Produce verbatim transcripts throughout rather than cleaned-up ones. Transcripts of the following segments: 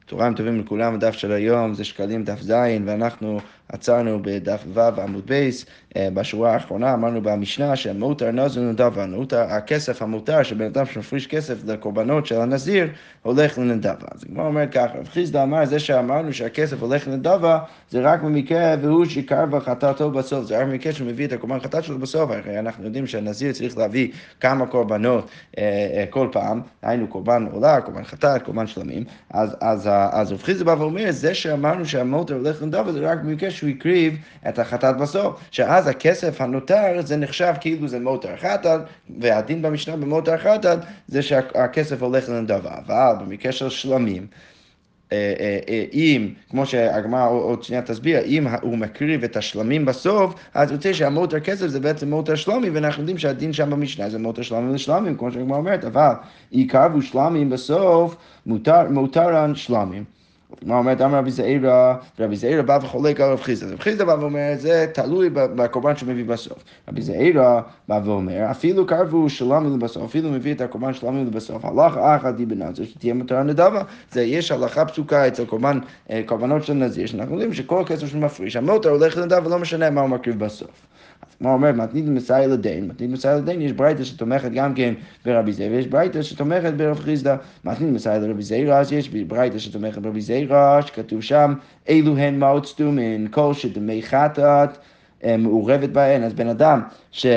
צהריים טובים לכולם, הדף של היום זה שקלים דף זין, ואנחנו עצרנו בדף ו' עמוד בייס. בשורה האחרונה אמרנו במשנה שהמותר נזיר לנדבה, הכסף המותר שבן אדם שמפריש כסף לקורבנות של הנזיר הולך לנדבה. אז כמו אומרת ככה, רב חיסדא אמר, זה שאמרנו שהכסף הולך לנדבה זה רק במקרה והוא שקרבה חטאתו בסוף, זה רק במקרה שהוא מביא את הקורבן חטאת שלו בסוף. הרי אנחנו יודעים שהנזיר צריך להביא כמה קורבנות כל פעם, היינו קורבן עולה, קורבן חטאת, קורבן שלמים. אז אז אז רב חיסדא בא ואומר, זה שאמרנו שהמותר הולך לנדבה זה רק במקרה שהוא הקריב את החטאת בסוף, שאז הכסף הנותר זה נחשב כאילו זה מותר חטאת, והדין במשנה במותר חטאת זה שהכסף הולך לנדבה. אבל במקרה של שלמים, אם, כמו שהגמרא עוד שנייה תסביר, אם הוא מקריב את השלמים בסוף, אז יוצא שהמותר כסף זה בעצם מותר שלמי, ואנחנו יודעים שהדין שם במשנה זה מותר שלמים לשלמים, כמו שהגמרא אומרת, אבל יקרבו שלמים בסוף, מותר, מותרן שלמים. מה אומרת, אמר רבי זעירא, רבי זעירא בא וחולק על רב חיסדא. רב חיסדא בא ואומר, זה תלוי בקורבן שמביא בסוף. רבי זעירא בא ואומר, אפילו קרבו שלמים לבסוף, אפילו מביא את הקורבן שלמים לבסוף, הלכה אחת די בנזיר, שתהיה מותר נדבה. זה יש הלכה פסוקה אצל קורבן, קורבנות של נזיר, שאנחנו יודעים שכל כסף שמפריש, המותר הולך לנדבה, ולא משנה מה הוא מקריב בסוף. מה אומר, מתנית מסייע לדין, מתנית מסייע לדין, יש ברייתא שתומכת גם כן ברבי זעירא, ויש ברייתא שתומכת ברב חיסדא. מתנית מסייע לרבי זעירא, אז יש ברייתא שתומכת ברבי זעירא, שכתוב שם, אילו הן מעות סתומין, כל שדמי חטאת מעורבת בהן. אז בן אדם ש,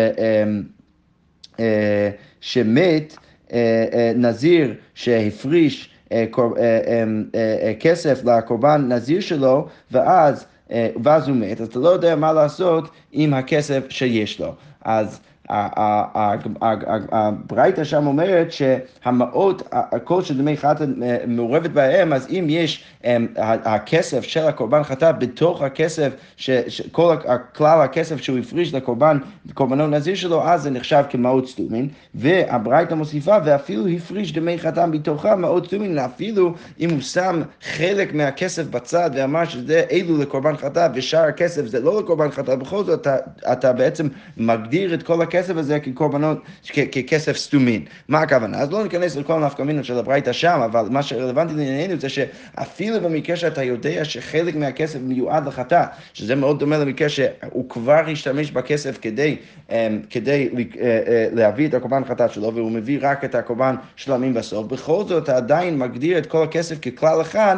שמת, נזיר שהפריש כסף לקורבן נזיר שלו, ואז ואז הוא מת, אז אתה לא יודע מה לעשות עם הכסף שיש לו. אז הברייתא שם אומרת שהמעות, כל שדמי חטאת מעורבת בהם, אז אם יש הכסף של הקורבן חטאת בתוך הכסף, כל כלל הכסף שהוא הפריש לקורבן, קורבנות נזיר שלו, אז זה נחשב כמעות סתומין. והברייתא מוסיפה, ואפילו הפריש דמי חטאת בתוכה מעות סתומין, אפילו אם הוא שם חלק מהכסף בצד ואמר שזה אילו לקורבן חטאת ושאר הכסף זה לא לקורבן חטאת, בכל זאת אתה, אתה בעצם מגדיר את כל הכסף הזה כקורבנות, ככסף סתומין. מה הכוונה? אז לא ניכנס לכל נפקא מינות של הברייתא שם, אבל מה שרלוונטי לענייננו זה שאפילו במקרה שאתה יודע שחלק מהכסף מיועד לחטאת, שזה מאוד דומה למקרה שהוא כבר השתמש בכסף כדי, כדי להביא את הקורבן חטאת שלו, והוא מביא רק את הקורבן שלמים בסוף, בכל זאת אתה עדיין מגדיר את כל הכסף ככלל אחד,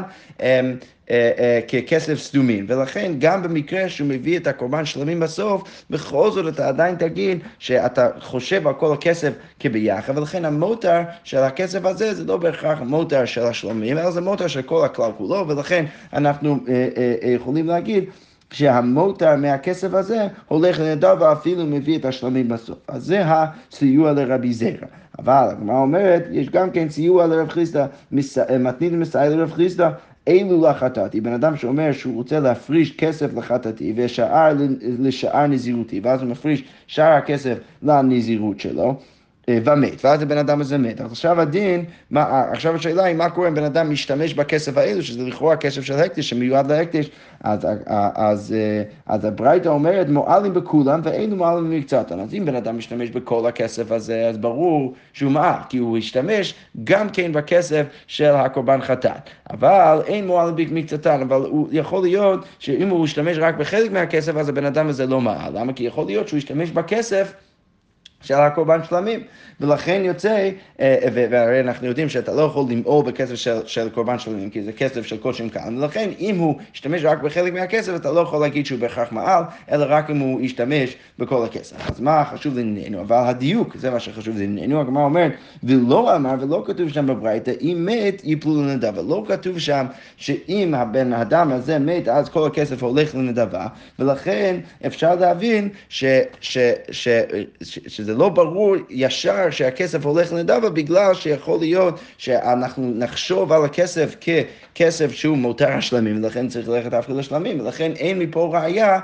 ככסף סתומין, ולכן גם במקרה שהוא מביא את הקורבן שלמים בסוף, בכל זאת אתה עדיין תגיד שאתה חושב על כל הכסף כביחד, ולכן המותר של הכסף הזה זה לא בהכרח המותר של השלמים, אלא זה מותר של כל הכלל כולו, ולכן אנחנו יכולים להגיד שהמותר מהכסף הזה הולך לנדבה אפילו מביא את השלמים בסוף. אז זה הסיוע לרבי זעירא. אבל הגמרא אומרת, יש גם כן סיוע לרב חיסדא, מתנית מסייע לרב חיסדא, אילו לחטאתי, בן אדם שאומר שהוא רוצה להפריש כסף לחטאתי ושאר לשאר נזירותי, ואז הוא מפריש שאר הכסף לנזירות שלו, ומת, ואז הבן אדם הזה מת. עכשיו הדין, מה, עכשיו השאלה היא מה קורה אם בן אדם משתמש בכסף האלו, שזה לכאורה כסף של הקדש, שמיועד להקדש, אז, אז, אז הברייתא אומרת, מועלים בכולם ואינו מועלים במקצתם. אז אם בן אדם משתמש בכל הכסף הזה, אז ברור שהוא מעל, כי הוא השתמש גם כן בכסף של הקורבן חטאת. אבל אין מועלים במקצתם, אבל הוא יכול להיות שאם הוא השתמש רק בחלק מהכסף, אז הבן אדם הזה לא מעל. למה? כי יכול להיות שהוא השתמש בכסף של הקורבן שלמים, ולכן יוצא, והרי אנחנו יודעים שאתה לא יכול למעול בכסף של, של קורבן שלמים, כי זה כסף של קודשים כאן, ולכן אם הוא ישתמש רק בחלק מהכסף, אתה לא יכול להגיד שהוא בהכרח מעל, אלא רק אם הוא ישתמש בכל הכסף. אז מה חשוב לענייננו? אבל הדיוק, זה מה שחשוב לענייננו, הגמרא אומרת, ולא אמר, ולא כתוב שם בברייתא, אם מת יפלו לנדבה, לא כתוב שם שאם הבן האדם הזה מת, אז כל הכסף הולך לנדבה, ולכן אפשר להבין ש, ש, ש, ש, שזה לא ברור ישר שהכסף הולך לנדבה, בגלל שיכול להיות שאנחנו נחשוב על הכסף ככסף שהוא מותר השלמים, ולכן צריך ללכת דווקא לשלמים, ולכן אין מפה ראיה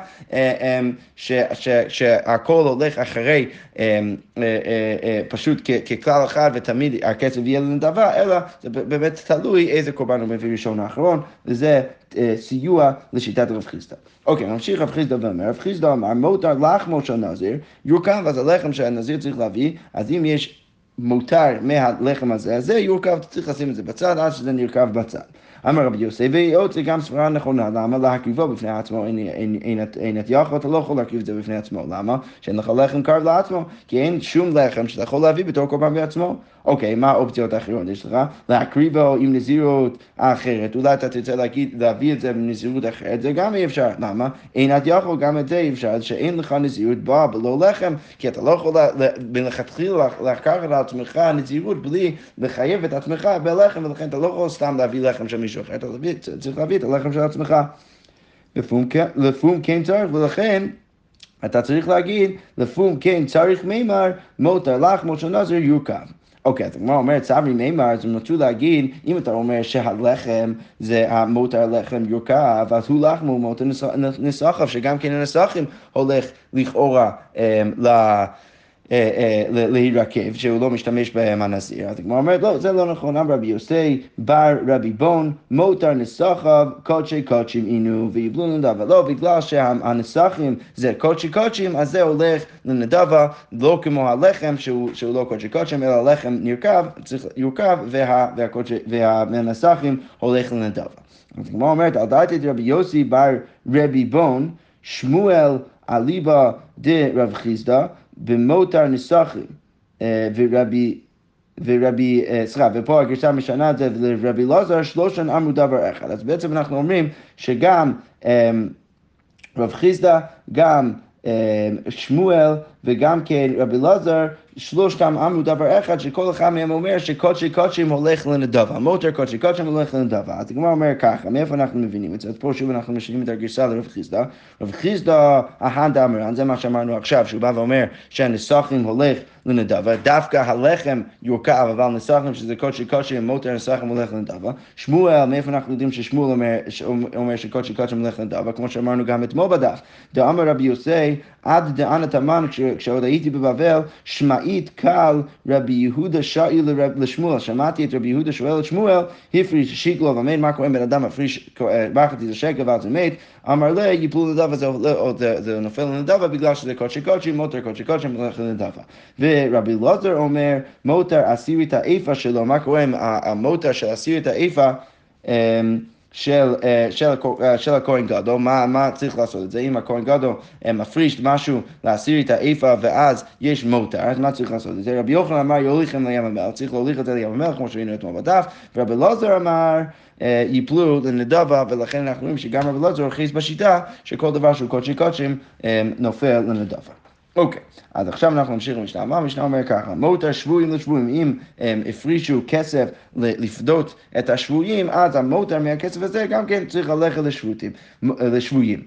שהכל הולך אחרי פשוט ככלל אחד, ותמיד הכסף יהיה לנדבה, אלא זה באמת תלוי איזה קורבן הוא מביא ראשון האחרון, וזה סיוע לשיטת רב חיסדא. אוקיי, נמשיך רב חיסדא ואומר, רב חיסדא אמר, מותר לחמו של נזיר, יורכב, אז הלחם שהנזיר צריך להביא, אז אם יש מותר מהלחם הזה, אז זה יורכב, אתה צריך לשים את זה בצד, עד שזה נרכב בצד. אמר רבי יוסי, והיות זה גם סברה נכונה, למה להקריבו בפני עצמו, אין את יכול, אתה לא יכול להקריב את זה בפני עצמו, למה? שאין לך לחם קרב לעצמו, כי אין שום לחם שאתה יכול להביא בתור קורבן בעצמו. אוקיי, מה האופציות האחרות יש לך? להקריבו עם נזירות אחרת, אולי אתה תרצה להגיד, להביא את זה בנזירות אחרת, זה גם אי אפשר, למה? אין את יכול, גם את זה אי אפשר, שאין לך נזירות באה בלא לחם, כי אתה לא יכול מלכתחילה לקחת על עצמך נזירות בלי לחייב את עצמך בלחם, ולכן אתה לא יכול סתם להביא לחם של מישהו אחר, אתה צריך להביא את הלחם של עצמך. לפום כן צריך, ולכן אתה צריך להגיד, לפום כן צריך מימר, מותר לחמו של נזיר יורכב. אוקיי, אז כמו אומרת, סברי מימר, אז הם נטו להגיד, אם אתה אומר שהלחם זה המותר הלחם יורכב, אז הוא לחמו מותר נסחף, שגם כן הנסחים הולך לכאורה ל... להירקב, שהוא לא משתמש בהם הנזיר. אז כמו אומרת, לא, זה לא נכון, אמר רבי יוסי, בר רבי בון, מותר נסחב, קודשי קודשים אינו, ויבלו נדבה. לא, בגלל שהנסחים זה קודשי קודשים, אז זה הולך לנדבה, לא כמו הלחם, שהוא, שהוא לא קודשי קודשים, אלא הלחם נרכב, צריך יורכב, וה, והנסחים הולך לנדבה. אז כמו אומרת, על דעת את רבי יוסי, בר רבי בון, שמואל אליבא דרב חיסדא, במותר נסחים, ורבי, ורבי, סליחה, ופה הגרסה משנה את זה, לרבי אלעזר שלושן אמרו דבר אחד. אז בעצם אנחנו אומרים שגם רב חיסדא, גם שמואל וגם כן רבי אלעזר, שלושתם אמרו דבר אחד, שכל אחד מהם אומר שקודשי קודשים הולך לנדבה, מותר קודשי קודשים הולך לנדבה. אז הגמרא אומר ככה, מאיפה אנחנו מבינים את זה? אז פה שוב אנחנו משאירים את הגרסה לרב חיסדא. רב חיסדא, ההנדה אמרן, זה מה שאמרנו עכשיו, שהוא בא ואומר שהנסחים הולך לנדבה, דווקא הלחם יורכב, אבל נסחים שזה קודשי קודשים, מותר נסחים הולך לנדבה. שמואל, מאיפה אנחנו יודעים ששמואל אומר, אומר שקודשי קודשים הולך לנדבה, כמו שאמרנו גם אתמול בדף. דאמר רבי יוסי, עד דענת המן, כשעוד הייתי בבבל, שמעית קל רבי יהודה שאל לשמואל, שמעתי את רבי יהודה שואל את שמואל, הפריש שיקלו ומת, מה קורה בן אדם הפריש בחתי לשקל ואז זה מת, אמר לה, יפלו לדבה, זה נופל לנדבה בגלל שזה קודשי קודשים, מותר קודשי קודשים הולך לנדבה. ורבי אלעזר אומר, מותר עשירית האיפה שלו, מה קורה עם המותר של עשירית האיפה, של, של, של הכהן גדול, מה, מה צריך לעשות את זה? אם הכהן גדול מפריש משהו לעשירית האיפה ואז יש מותר, אז מה צריך לעשות את זה? רבי יוחנן אמר יוליכם לים המלח, צריך להוליך את זה לים המלח, כמו שראינו אתמול בדף, ורבי אלעזר אמר ייפלו לנדבה, ולכן אנחנו רואים שגם רבי אלעזר הכריז בשיטה שכל דבר שהוא קודשי קודשים נופל לנדבה. אוקיי, אז עכשיו אנחנו נמשיך למשנה. מה המשנה אומר ככה? מותר שבויים לשבויים, אם הם הפרישו כסף לפדות את השבויים, אז המותר מהכסף הזה גם כן צריך ללכת לשבויים.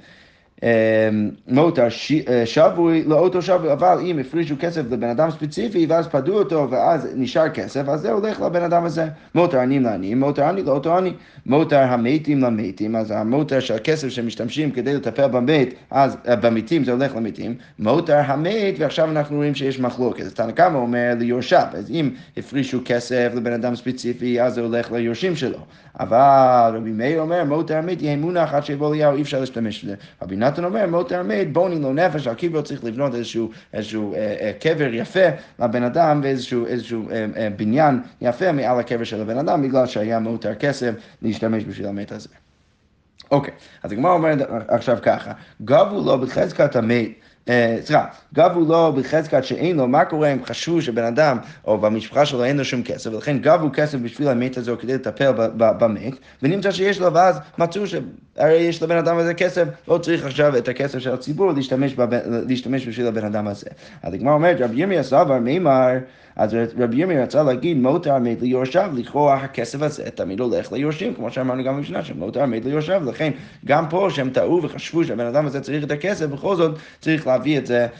מותר שבוי לאותו שבוי, אבל אם הפרישו כסף לבן אדם ספציפי ואז פדו אותו ואז נשאר כסף, אז זה הולך לבן אדם הזה. מותר עניים לעניים, מותר עני לאותו עני, מותר המתים למתים, אז המותר של הכסף שמשתמשים כדי לטפל במת, אז במתים זה הולך למתים, מותר המת, ועכשיו אנחנו רואים שיש מחלוקת. אז תנא קמא אומר ליורשיו, אז אם הפרישו כסף לבן אדם ספציפי, אז זה הולך ליורשים שלו. אבל רבי מאיר אומר, מותר המת יהיה מונח עד שיבוא אליהו, אי אפשר להשתמש בזה. רבי נתן אומר, מותר המת, בונים לו נפש, על קברו צריך לבנות איזשהו, איזשהו אה, אה, קבר יפה לבן אדם, ואיזשהו איזשהו, אה, אה, בניין יפה מעל הקבר של הבן אדם, בגלל שהיה מותר כסף להשתמש בשביל המת הזה. אוקיי, אז הגמרא אומרת עכשיו ככה, גבו לו בחזקת המת, סליחה, גבו לו בחזקת שאין לו, מה קורה אם חשבו שבן אדם או במשפחה שלו אין לו שום כסף, ולכן גבו כסף בשביל המת הזו כדי לטפל במת, ונמצא שיש לו, ואז מצאו שהרי יש לבן אדם הזה כסף, לא צריך עכשיו את הכסף של הציבור להשתמש, להשתמש בשביל הבן אדם הזה. אז הגמרא אומרת, רבי ירמיה סבר מימר, אז רבי ירמיה רצה להגיד, מותר המת ליורשיו, לכאורה הכסף הזה תמיד הולך ליורשים, כמו שאמרנו גם במשנה, שמותר המת ליורשיו, לכן גם פה שהם טעו וחשבו שהבן אדם הזה צריך את הכסף, בכל זאת צריך להביא את זה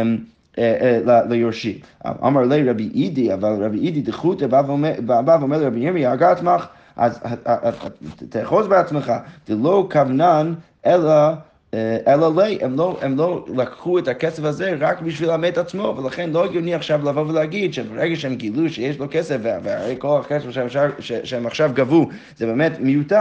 ליורשים. אמר לי רבי אידי, אבל רבי אידי דחותא בא ואומר לרבי ירמיה, הגה עצמך, אז תאחוז בעצמך, דלא כוונן אלא אלא לי, הם לא, הם לא לקחו את הכסף הזה רק בשביל המת עצמו, ולכן לא הגיוני עכשיו לבוא ולהגיד שברגע שהם גילו שיש לו כסף, והרי כל הכסף שהם עכשיו גבו, זה באמת מיותר,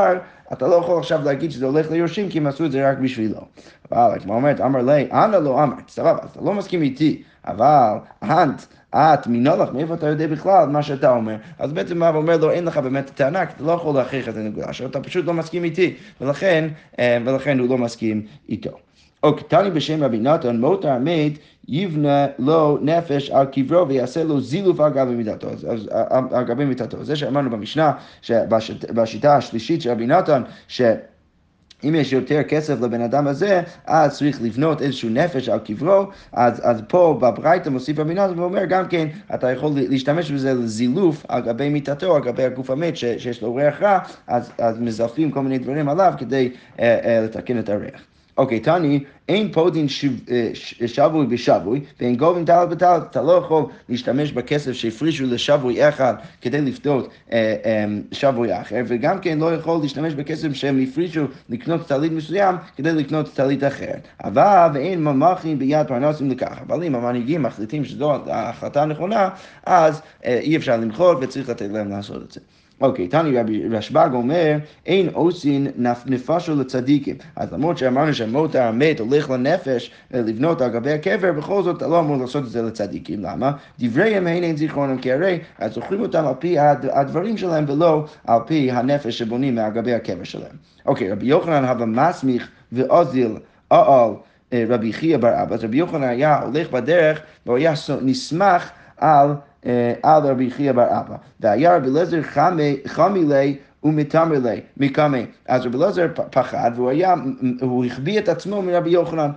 אתה לא יכול עכשיו להגיד שזה הולך ליורשים, כי הם עשו את זה רק בשבילו. אבל הגמרא אומרת, אמר לי, אנא לא אמרת, סבבה, אתה לא מסכים איתי, אבל אנט, את, מנולך, מאיפה אתה יודע בכלל מה שאתה אומר? אז בעצם מה אומר לו, אין לך באמת טענה, כי אתה לא יכול להכריח את הנקודה, שאתה פשוט לא מסכים איתי, ולכן, ולכן הוא לא מסכים איתו. אוקיי, תני בשם רבי נתן, מותר המת יבנה לו נפש על קברו ויעשה לו זילוף על גבי מיתתו, אז על גבי מיתתו. זה שאמרנו במשנה, שבשיטה השלישית של רבי נתן, ש... אם יש יותר כסף לבן אדם הזה, אז צריך לבנות איזשהו נפש על קברו, אז, אז פה בברייתא מוסיף רבי נתן ואומר גם כן, אתה יכול להשתמש בזה לזילוף על גבי מיטתו, על גבי הגוף המת ש, שיש לו ריח רע, אז, אז מזלפים כל מיני דברים עליו כדי אה, אה, לתקן את הריח. אוקיי, תני, אין פודין שבוי בשבוי, ואין גובין טלת בטלת, אתה לא יכול להשתמש בכסף שהפרישו לשבוי אחד כדי לפדות אה, אה, שבוי אחר, וגם כן לא יכול להשתמש בכסף שהם הפרישו לקנות טלית מסוים כדי לקנות טלית אחרת. אבל ואין ממחים ביד פרנסים לכך, אבל אם המנהיגים מחליטים שזו ההחלטה הנכונה, אז אה, אי אפשר למחות וצריך לתת להם לעשות את זה. אוקיי, תני רבי רשב"ג אומר, אין עושין נפשו לצדיקים. אז למרות שאמרנו שמותר המת הולך לנפש לבנות על גבי הקבר, בכל זאת אתה לא אמור לעשות את זה לצדיקים. למה? דבריהם אין זיכרונם, כי הרי זוכרים אותם על פי הדברים שלהם ולא על פי הנפש שבונים מעל גבי הקבר שלהם. אוקיי, רבי יוחנן הווה מסמיך ואוזיל אעל רבי חייא בר אבא. אז רבי יוחנן היה הולך בדרך והוא היה נסמך על על רבי חייא בר אבא. והיה רבי אליעזר חמי לי ומתמר לי, מקמי. אז רבי אליעזר פחד והוא היה, הוא החביא את עצמו מרבי יוחנן.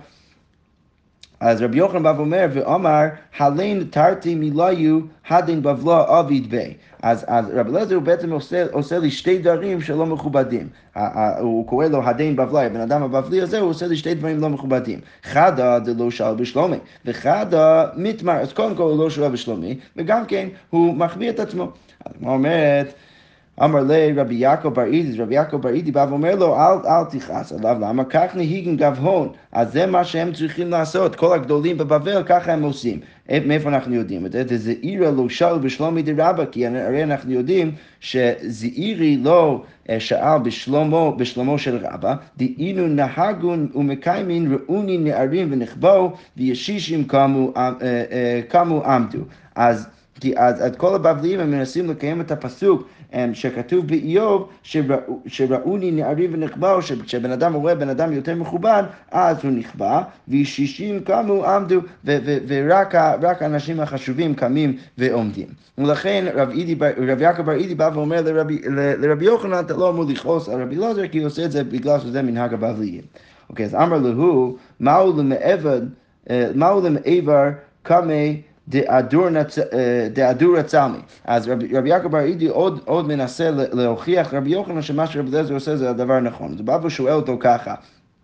אז רבי יוחנן בא ואומר, ואומר, הלין תרתי מליו הדין בבלה אביד בי. אז, אז רבי אליעזר הוא בעצם עושה, עושה לי שתי דברים שלא מכובדים. הוא קורא לו הדין בבלי, הבן אדם הבבלי הזה, הוא עושה לי שתי דברים לא מכובדים. חדה זה לא שאל בשלומי, וחדה מתמר, אז קודם כל הוא לא שואל בשלומי, וגם כן הוא מחביא את עצמו. אז מה אומרת? אמר לי רבי יעקב בר אידי, רבי יעקב בר אידי בא ואומר לו, אל, אל תכעס עליו, למה? כך נהיגים גבהון, אז זה מה שהם צריכים לעשות, כל הגדולים בבבל, ככה הם עושים. מאיפה אנחנו יודעים את זה? זה עירה לא שאל בשלומי דרבא, כי הרי אנחנו יודעים שזעירי לא שאל בשלומו, בשלומו של רבא, דהינו נהגון ומקיימין ראוני נערים ונחבאו, וישישים קמו, קמו עמדו. אז כי אז, אז כל הבבליים הם מנסים לקיים את הפסוק שכתוב באיוב, שראו, שראוני נערים ונחבאו, שבן אדם רואה בן אדם יותר מכובד, אז הוא נכבא, וישישים קמו עמדו, ו- ו- ורק רק האנשים החשובים קמים ועומדים. ולכן רב, אידי, רב יעקב בר אידי בא ואומר לרבי, לרבי יוחנן, אתה לא אמור לכעוס על רבי אליעזר, כי הוא עושה את זה בגלל שזה מנהג הבבליים. אוקיי, אז אמר לו, מהו למעבר, מהו למעבר קמי, דאדור הצלמי. אז רבי, רבי יעקב בר אידי עוד, עוד מנסה להוכיח רבי יוחנן שמה שרבי אליעזר עושה זה הדבר הנכון. אז הוא בא ושואל אותו ככה,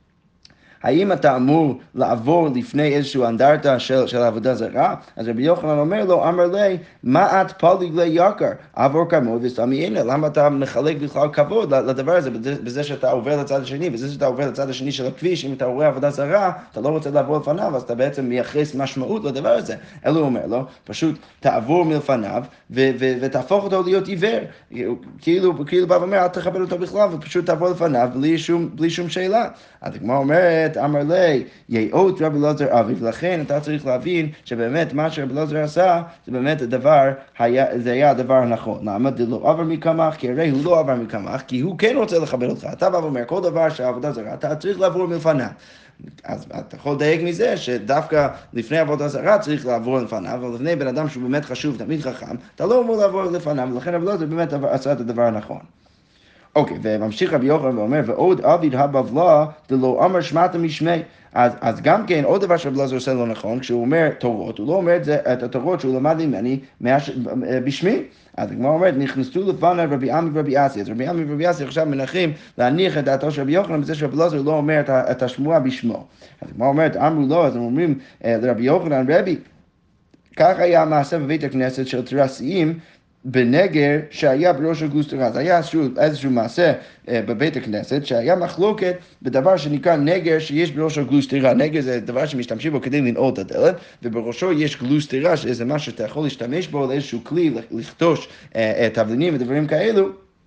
האם אתה אמור לעבור לפני איזשהו אנדרטה של, של עבודה זרה? אז רבי יוחנן אומר לו, אמר לי, מה את פליג לי יקר? עבור כמוד וסתמי הנה, למה אתה מחלק בכלל כבוד לדבר הזה, בזה שאתה עובר לצד השני, בזה שאתה עובר לצד השני של הכביש, אם אתה רואה עבודה זרה, אתה לא רוצה לעבור לפניו, אז אתה בעצם מייחס משמעות לדבר הזה. אלו אומר לו, פשוט תעבור מלפניו, ו- ו- ותהפוך אותו להיות עיוור. כאילו, כאילו בא ואומר, אל תכבד אותו בכלל, ופשוט תעבור לפניו בלי שום, בלי שום שאלה. אז כמו אומרת, אמר לי, יאות רבי אליעזר אבי, ולכן אתה צריך להבין שבאמת מה שרבי אליעזר עשה, זה באמת הדבר, היה, זה היה הדבר הנכון. למה? דלא עבר מקמח, כי הרי הוא לא עבר מקמח, כי הוא כן רוצה לכבד אותך. אתה בא ואומר, כל דבר שהעבודה זרה, אתה צריך לעבור מלפניו. אז אתה יכול לדייק מזה שדווקא לפני עבודה זרה צריך לעבור לפניו, אבל לפני בן אדם שהוא באמת חשוב, תמיד חכם, אתה לא אמור לעבור לפניו, ולכן רבי אליעזר באמת עשה את הדבר הנכון. אוקיי, וממשיך רבי יוחנן ואומר, ועוד אביד הבבלה דלא אמר שמעתם משמי. אז, אז גם כן, עוד דבר שרבי אליעזר עושה לא נכון, כשהוא אומר תורות, הוא לא אומר את, זה, את התורות שהוא למד ממני בשמי. אז הגמרא אומרת, נכנסו לפניו רבי עמי ורבי אסי. אז רבי עמי ורבי אסי עכשיו מנחים להניח את דעתו של רבי יוחנן, בזה שרבי אליעזר לא אומר את, את השמועה בשמו. אז הגמרא אומרת, אמרו לו, אז הם אומרים לרבי יוחנן, רבי, כך היה המעשה בבית הכנסת של תרסיים, בנגר שהיה בראש הגלוס תירס. היה איזשהו מעשה בבית הכנסת שהיה מחלוקת בדבר שנקרא נגר שיש בראש הגלוס תירס. נגר זה דבר שמשתמשים בו כדי לנעול את הדלת, ובראשו יש גלוס תירס, שזה משהו שאתה יכול להשתמש בו לאיזשהו כלי, לכתוש תבלינים ודברים כאלו.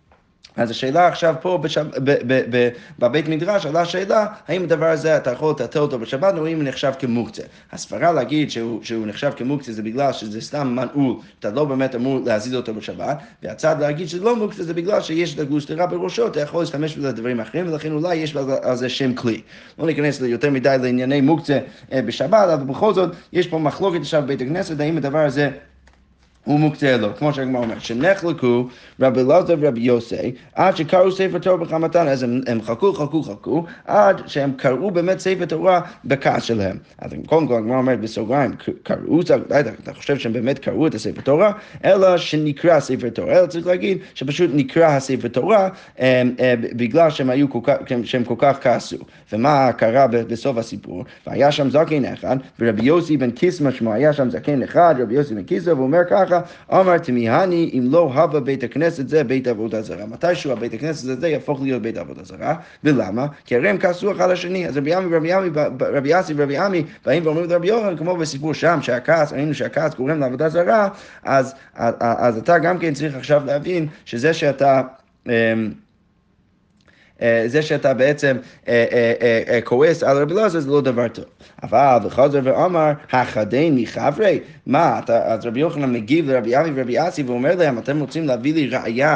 אז השאלה עכשיו פה בשב, ב, ב, ב, בבית מדרש עלה השאלה, האם הדבר הזה אתה יכול לטטל אותו בשבת, או אם הוא נחשב כמוקצה. הסברה להגיד שהוא, שהוא נחשב כמוקצה זה בגלל שזה סתם מנעול, אתה לא באמת אמור להזיז אותו בשבת, והצד להגיד שזה לא מוקצה זה בגלל שיש את הגלוסטרה בראשו, אתה יכול להשתמש בזה לדברים אחרים, ולכן אולי יש על זה שם כלי. לא ניכנס יותר מדי לענייני מוקצה בשבת, אבל בכל זאת יש פה מחלוקת עכשיו בבית הכנסת, האם הדבר הזה הוא מוקצה לו, כמו שהגמרא אומר, שנחלקו רבי אלעזר ורבי יוסי, עד שקראו ספר תורה בחמתן, אז הם, הם חכו, חכו, חכו, עד שהם קראו באמת ספר תורה בכעס שלהם. אז קודם כל, הגמרא אומרת בסוגריים, קראו, אתה חושב שהם באמת קראו את הספר תורה, אלא שנקרא ספר תורה, אלא צריך להגיד שפשוט נקרא הספר תורה, בגלל שהם היו כל כך, שהם כל כך כעסו. ומה קרה בסוף הסיפור? והיה שם זקן אחד, ורבי יוסי בן קיסמא שמו, היה שם זקן אחד, רבי יוסי בן קיסמא, והוא אומר ככה, אמר תמיהני אם לא הווה בית הכנסת זה בית עבודה זרה. מתישהו הבית הכנסת הזה יהפוך להיות בית עבודה זרה, ולמה? כי הרי הם כעסו אחד לשני, אז רבי עמי ורבי עמי, רבי יאסי ורבי עמי, באים ואומרים לרבי יוחנן, כמו בסיפור שם, שהכעס, ראינו שהכעס גורם לעבודה זרה, אז, אז, אז אתה גם כן צריך עכשיו להבין שזה שאתה זה שאתה בעצם כועס על רבי אלעזר זה לא דבר טוב. אבל וחזר ואמר, החדין מחברי, מה, אז רבי יוחנן מגיב לרבי עמי ורבי יאסי ואומר להם, אתם רוצים להביא לי ראיה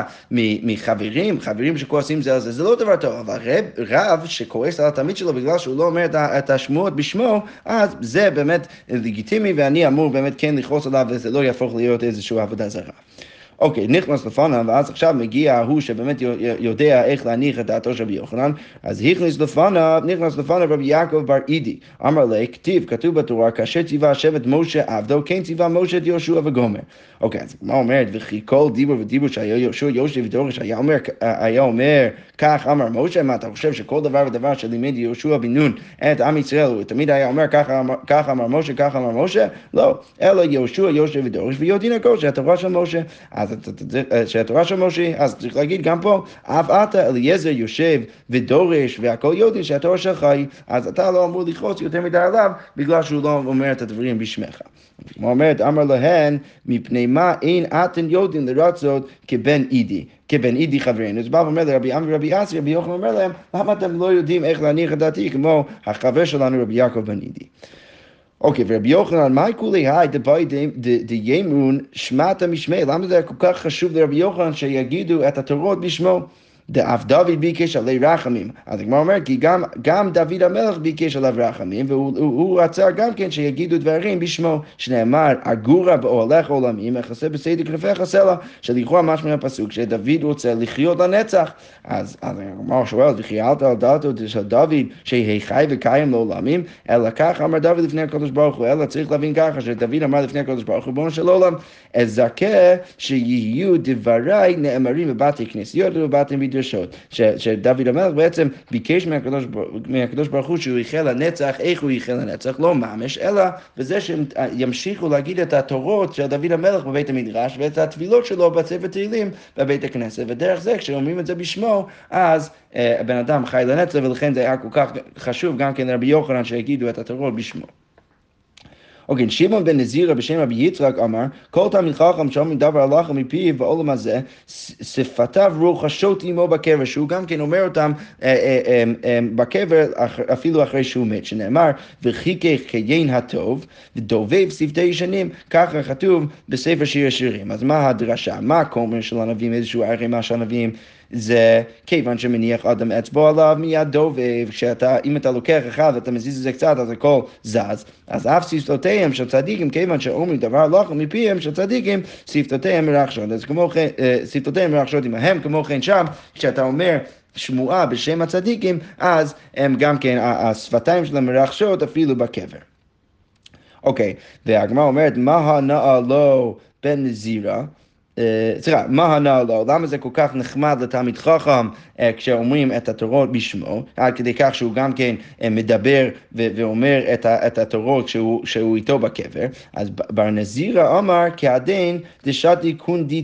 מחברים, חברים שכועסים זה על זה, זה לא דבר טוב, אבל רב, רב שכועס על התלמיד שלו בגלל שהוא לא אומר את השמועות בשמו, אז זה באמת לגיטימי ואני אמור באמת כן לכעוס עליו וזה לא יהפוך להיות איזושהי עבודה זרה. אוקיי, נכנס לפניו, ואז עכשיו מגיע הוא שבאמת יודע איך להניח את דעתו של רבי יוחנן, אז הכניס לפניו, נכנס לפניו רבי יעקב בר אידי, אמר לי, כתיב, כתוב בתורה, כאשר ציווה שבט משה עבדו, כן ציווה משה את יהושע וגומר. אוקיי, אז מה אומרת? וכי כל דיבור ודיבור שהיה יהושע יושב ודורש, היה אומר, היה אומר, כך אמר משה, מה אתה חושב שכל דבר ודבר שלימד יהושע בן נון את עם ישראל, הוא תמיד היה אומר, כך אמר משה, כך אמר משה? לא, אלא יהושע יושב ודורש, ויודעים הכל שהתורה של משה. אז שהתורה של משה, אז צריך להגיד גם פה, אף אתה אליעזר יושב ודורש והכל יודעים שהתורה שלך היא, אז אתה לא אמור לכעוס יותר מדי עליו, בגלל שהוא לא אומר את הדברים בשמך. כמו אומרת, אמר להן, מפני מה אין אתן יודעים לרצות כבן אידי, כבן אידי חברינו. אז בא ואומר לרבי עמי ורבי יאסי, רבי יוחנן אומר להם, למה אתם לא יודעים איך להניח את דעתי, כמו החבר שלנו רבי יעקב בן אידי. אוקיי, ורבי יוחנן, מה כולי היי דבאי דיימון שמעת משמי? למה זה כל כך חשוב לרבי יוחנן שיגידו את התורות בשמו? דאף דוד ביקש עלי רחמים. אז הגמרא אומר, כי גם, גם דוד המלך ביקש עליו רחמים, והוא הוא, הוא רצה גם כן שיגידו דברים בשמו, שנאמר, אגורה באוהלך עולמים, יחסה בסדר כנפיך סלע, שלכאורה משמע הפסוק, שדוד רוצה לחיות לנצח. אז, אז הגמרא שואל, וחייבת על דעתו של דוד, שיהי חי וקיים לעולמים, אלא כך אמר דוד לפני הקדוש ברוך הוא, אלא צריך להבין ככה, שדוד אמר לפני הקדוש ברוך הוא, ריבונו של עולם, אזכה שיהיו דבריי נאמרים בבתי כנסיות ובבתי מדרשות. שדוד המלך בעצם ביקש מהקדוש, מהקדוש ברוך הוא שהוא יחיה לנצח, איך הוא יחיה לנצח? לא ממש, אלא בזה שהם ימשיכו להגיד את התורות של דוד המלך בבית המדרש, ואת התפילות שלו בספר תהילים בבית הכנסת, ודרך זה כשאומרים את זה בשמו, אז הבן אדם חי לנצח, ולכן זה היה כל כך חשוב גם כן לרבי יוחנן שיגידו את התורות בשמו. אוקיי, שמעון בן נזירה בשם רבי יצחק אמר, כל תלמיד חכם שאומרים דבר הלכה מפיו בעולם הזה, שפתיו רוחשות עמו בקבר, שהוא גם כן אומר אותם בקבר אפילו אחרי שהוא מת, שנאמר, וחיכך כיין הטוב, ודובב שפתי ישנים, ככה כתוב בספר שיר השירים. אז מה הדרשה? מה הכומר של הנביאים, איזשהו ערכי מה שהנביאים? זה כיוון שמניח אדם אצבו עליו מיד דובב, כשאתה, אם אתה לוקח אחד ואתה מזיז את זה קצת, אז הכל זז. אז אף שפתותיהם של צדיקים, כיוון שאומרים דבר הלכה מפיהם של צדיקים, שפתותיהם מרחשות. אז כמו כן, שפתותיהם מרחשות עמהם, כמו כן שם, כשאתה אומר שמועה בשם הצדיקים, אז הם גם כן, השפתיים שלהם מרחשות אפילו בקבר. אוקיי, והגמרא אומרת, מה הנאה לו בן נזירה? סליחה, מה הנאה לו? למה זה כל כך נחמד לתלמיד חכם כשאומרים את התורות בשמו, עד כדי כך שהוא גם כן מדבר ואומר את התורות שהוא איתו בקבר? אז בר נזירה אמר, כעדין דשתי קונדיטין.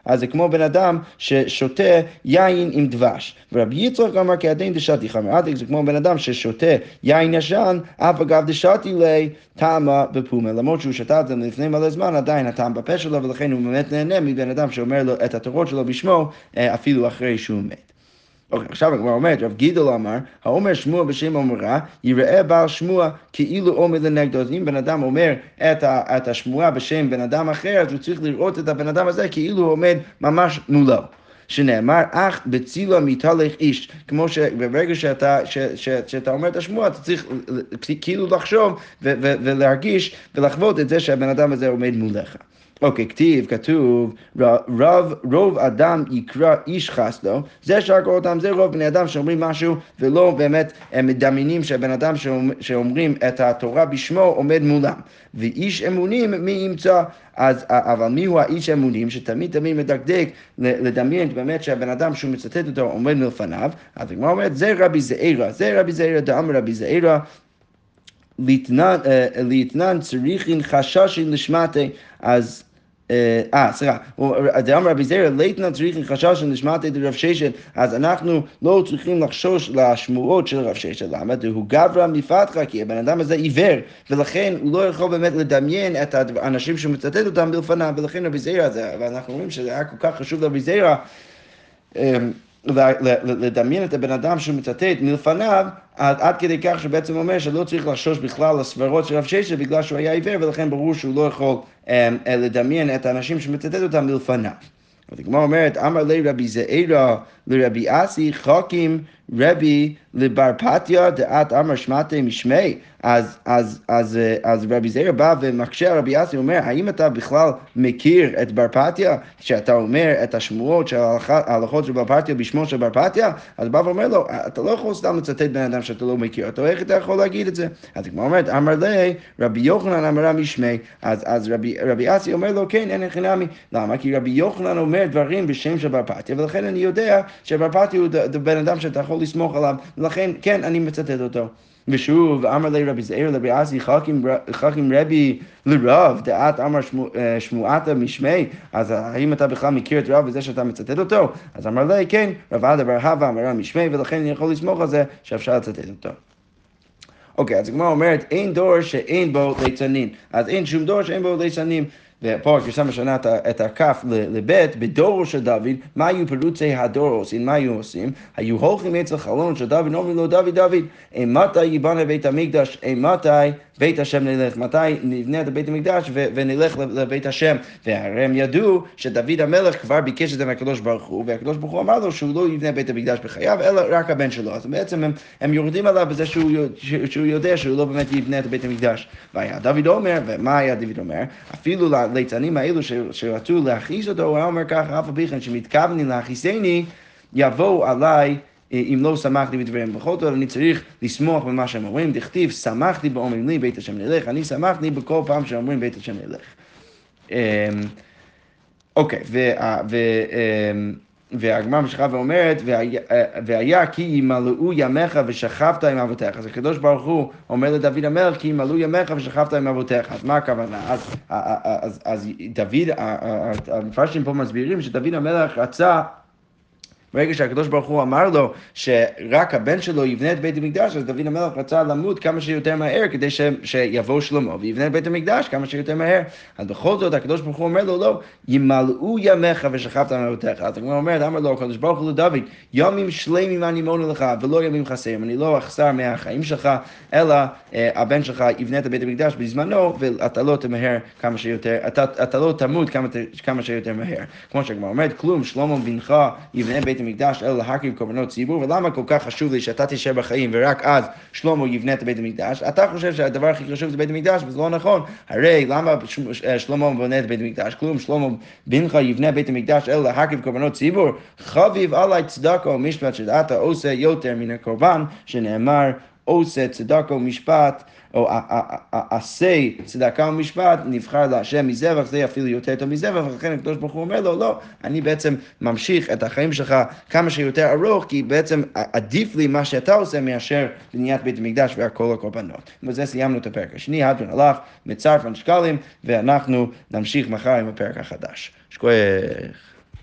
אז זה כמו בן אדם ששותה יין עם דבש. ורבי יצחק אמר כעדין דשתי חמר עתיק, זה כמו בן אדם ששותה יין ישן, אף אגב דשתי לי טעמה בפומה. למרות שהוא שתה את זה לפני מלא זמן, עדיין הטעם בפה שלו, ולכן הוא באמת נהנה מבן אדם שאומר לו את התורות שלו בשמו, אפילו אחרי שהוא מת. אוקיי, עכשיו הגמרא אומרת, רב גידל אמר, האומר שמוע בשם אומרה, יראה בעל שמוע כאילו עומד לנגדו. אז אם בן אדם אומר את, ה, את השמועה בשם בן אדם אחר, אז הוא צריך לראות את הבן אדם הזה כאילו הוא עומד ממש מולו. שנאמר, אך בצילה מתהלך איש, כמו שברגע שאתה, ש, ש, שאתה אומר את השמועה, אתה צריך כאילו לחשוב ו, ו, ולהרגיש ולחוות את זה שהבן אדם הזה עומד מולך. אוקיי, כתיב, כתוב, רב, רוב אדם יקרא איש חסדו, זה שרק אותם, זה רוב בני אדם שאומרים משהו, ולא באמת הם מדמיינים שהבן אדם שאומרים את התורה בשמו עומד מולם. ואיש אמונים מי ימצא, אז, אבל מי הוא האיש אמונים שתמיד תמיד מדקדק לדמיין באמת שהבן אדם שהוא מצטט אותו עומד מלפניו, אז כמו אומרת, זה רבי זעירא, זה רבי זעירא, דאמר רבי זעירא, ליתנן צריכין חששין לשמעתי, אז אה, סליחה, דאמר רבי זעירא, ליתנן צריכין חששין לשמעתי דרב ששת, אז אנחנו לא צריכים לחשוש לשמועות של רב ששת. למה? הוא גברא מפתחא, כי הבן אדם הזה עיוור, ולכן הוא לא יכול באמת לדמיין את האנשים שמצטט אותם בלפניו, ולכן רבי זעירא, ואנחנו רואים שזה היה כל כך חשוב לרבי זעירא, לדמיין את הבן אדם שהוא מצטט מלפניו, עד, עד כדי כך שבעצם אומר שלא צריך לחשוש בכלל לסברות של רב ששת בגלל שהוא היה עיוור, ולכן ברור שהוא לא יכול um, לדמיין את האנשים שמצטט אותם מלפניו. אז כמו אומרת, אמר לי רבי זעירא לרבי אסי חכים רבי לבר פתיה דעת אמר שמעתי משמי. אז, אז, אז, אז רבי זעירא בא ומקשה על רבי אסי, אומר, האם אתה בכלל מכיר את בר פתיה, שאתה אומר את השמועות של ההלכות של בר פתיה בשמו של בר פתיה? אז בא ואומר לו, אתה לא יכול סתם לצטט בן אדם שאתה לא מכיר אותו, איך אתה יכול להגיד את זה? אז כמו אומרת, אמר לי רבי יוחנן אמרה משמי, אז, אז רבי, רבי אסי אומר לו, כן, אין הכי נמי. למה? כי רבי יוחנן אומר דברים בשם של בר פתיה, ולכן אני יודע שבר פתיה הוא בן אדם שאתה יכול לסמוך עליו, ולכן כן, אני מצטט אותו. ושוב, אמר לי רבי זעירא לרבי אסי חכים רבי לרב, דעת אמר שמועתה משמי, אז האם אתה בכלל מכיר את רב וזה שאתה מצטט אותו? אז אמר לי, כן, רב עדה בר הווה אמרה משמי, ולכן אני יכול לסמוך על זה שאפשר לצטט אותו. אוקיי, אז הגמרא אומרת, אין דור שאין בו ליצנים, אז אין שום דור שאין בו ליצנים. ופה כשם משנה את הכף לבית, בדורו של דוד, מה היו פירוצי הדור עושים? מה היו עושים? היו הולכים אצל חלון של דוד, אומרים לו, דוד, דוד, מתי ייבנה בית המקדש, מתי בית השם נלך, מתי נבנה את בית המקדש ונלך לבית השם? והרי הם ידעו שדוד המלך כבר ביקש את זה מהקדוש ברוך הוא, והקדוש ברוך הוא אמר לו שהוא לא יבנה בית המקדש בחייו, אלא רק הבן שלו. אז בעצם הם, הם יורדים עליו בזה שהוא, שהוא יודע שהוא לא באמת יבנה את בית המקדש. והיה דוד אומר, ומה היה דוד אומר? אפילו ליצנים האלו שרצו להכיס אותו, הוא אומר ככה, אף אביכם שמתכוונים להכיסני, יבואו עליי אם לא שמחתי בדבריהם. בכל זאת אני צריך לשמוח במה שהם אומרים, דכתיב, שמחתי באומרים לי בית השם נלך, אני שמחתי בכל פעם שאומרים בית השם נלך. אוקיי, והגמרא ממשיכה ואומרת, והיה כי ימלאו ימיך ושכבת עם אבותיך. אז הקדוש ברוך הוא אומר לדוד המלך, כי ימלאו ימיך ושכבת עם אבותיך. אז מה הכוונה? אז, אז, אז דוד, המפרשים פה מסבירים שדוד המלך רצה, ברגע שהקדוש ברוך הוא אמר לו שרק הבן שלו יבנה את בית המקדש, אז דוד המלך רצה למות כמה שיותר מהר כדי ש... שיבוא שלמה ויבנה את בית המקדש כמה שיותר מהר. אז בכל זאת הקדוש ברוך הוא אומר לו, לא, ימלאו ימיך ושכבת עם אבותיך. אז הוא אומר, אמר לו הקדוש ברוך הוא לדוד, ימים שלמים אני מונה לך ולא ימים חסרים, אני לא אחסר מהחיים שלך, אלא אה, הבן שלך יבנה את בית המקדש בזמנו, ואתה לא תמהר כמה שיותר, אתה, אתה לא תמות כמה, כמה שיותר מהר. כמו שכבר אומרת, כלום, שלמה בנך יבנה בית המקדש אלא להקריב קורבנות ציבור. ולמה כל כך חשוב לי שאתה תישאר בחיים ורק אז שלמה יבנה את בית המקדש? אתה חושב שהדבר הכי חשוב זה בית המקדש, וזה לא נכון. הרי למה שלמה בונה את בית המקדש? כלום, שלמה בנך יבנה בית המקדש אלא להקריב קורבנות ציבור. חביב עלי צדקה ומשפט, שאתה עושה יותר מן הקורבן, שנאמר עושה צדקה ומשפט, או עשה צדקה ומשפט, נבחר להשם מזבח, זה אפילו יותר טוב מזבח, ולכן הקדוש ברוך הוא אומר לו, לא, אני בעצם ממשיך את החיים שלך כמה שיותר ארוך, כי בעצם עדיף לי מה שאתה עושה מאשר בניית בית המקדש והכל הקורבנות. ובזה סיימנו את הפרק השני, הדרן הלך, מצרפן שקלים, ואנחנו נמשיך מחר עם הפרק החדש. שכוח.